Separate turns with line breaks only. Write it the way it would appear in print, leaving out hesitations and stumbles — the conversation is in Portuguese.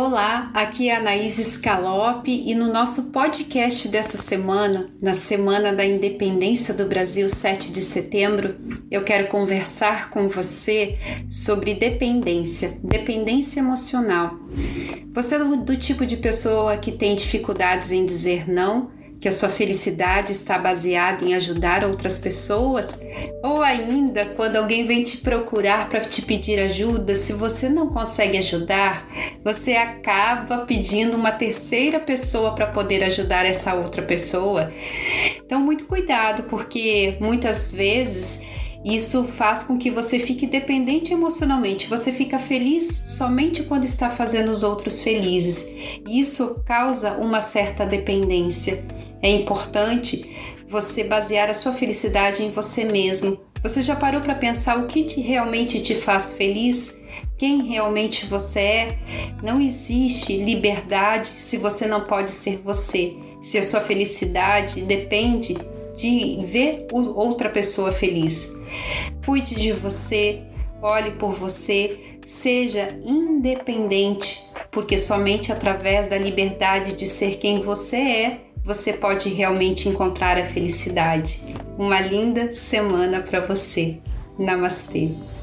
Olá, aqui é a Anaís Scalope e no nosso podcast dessa semana, na Semana da Independência do Brasil, 7 de setembro, eu quero conversar com você sobre dependência emocional. Você é do tipo de pessoa que tem dificuldades em dizer não? Que a sua felicidade está baseada em ajudar outras pessoas? Ou ainda, quando alguém vem te procurar para te pedir ajuda, se você não consegue ajudar, você acaba pedindo uma terceira pessoa para poder ajudar essa outra pessoa? Então, muito cuidado, porque muitas vezes isso faz com que você fique dependente emocionalmente. Você fica feliz somente quando está fazendo os outros felizes. Isso causa uma certa dependência. É importante você basear a sua felicidade em você mesmo. Você já parou para pensar o que realmente te faz feliz? Quem realmente você é? Não existe liberdade se você não pode ser você. Se a sua felicidade depende de ver outra pessoa feliz. Cuide de você, olhe por você, seja independente, porque somente através da liberdade de ser quem você é, você pode realmente encontrar a felicidade. Uma linda semana para você. Namastê.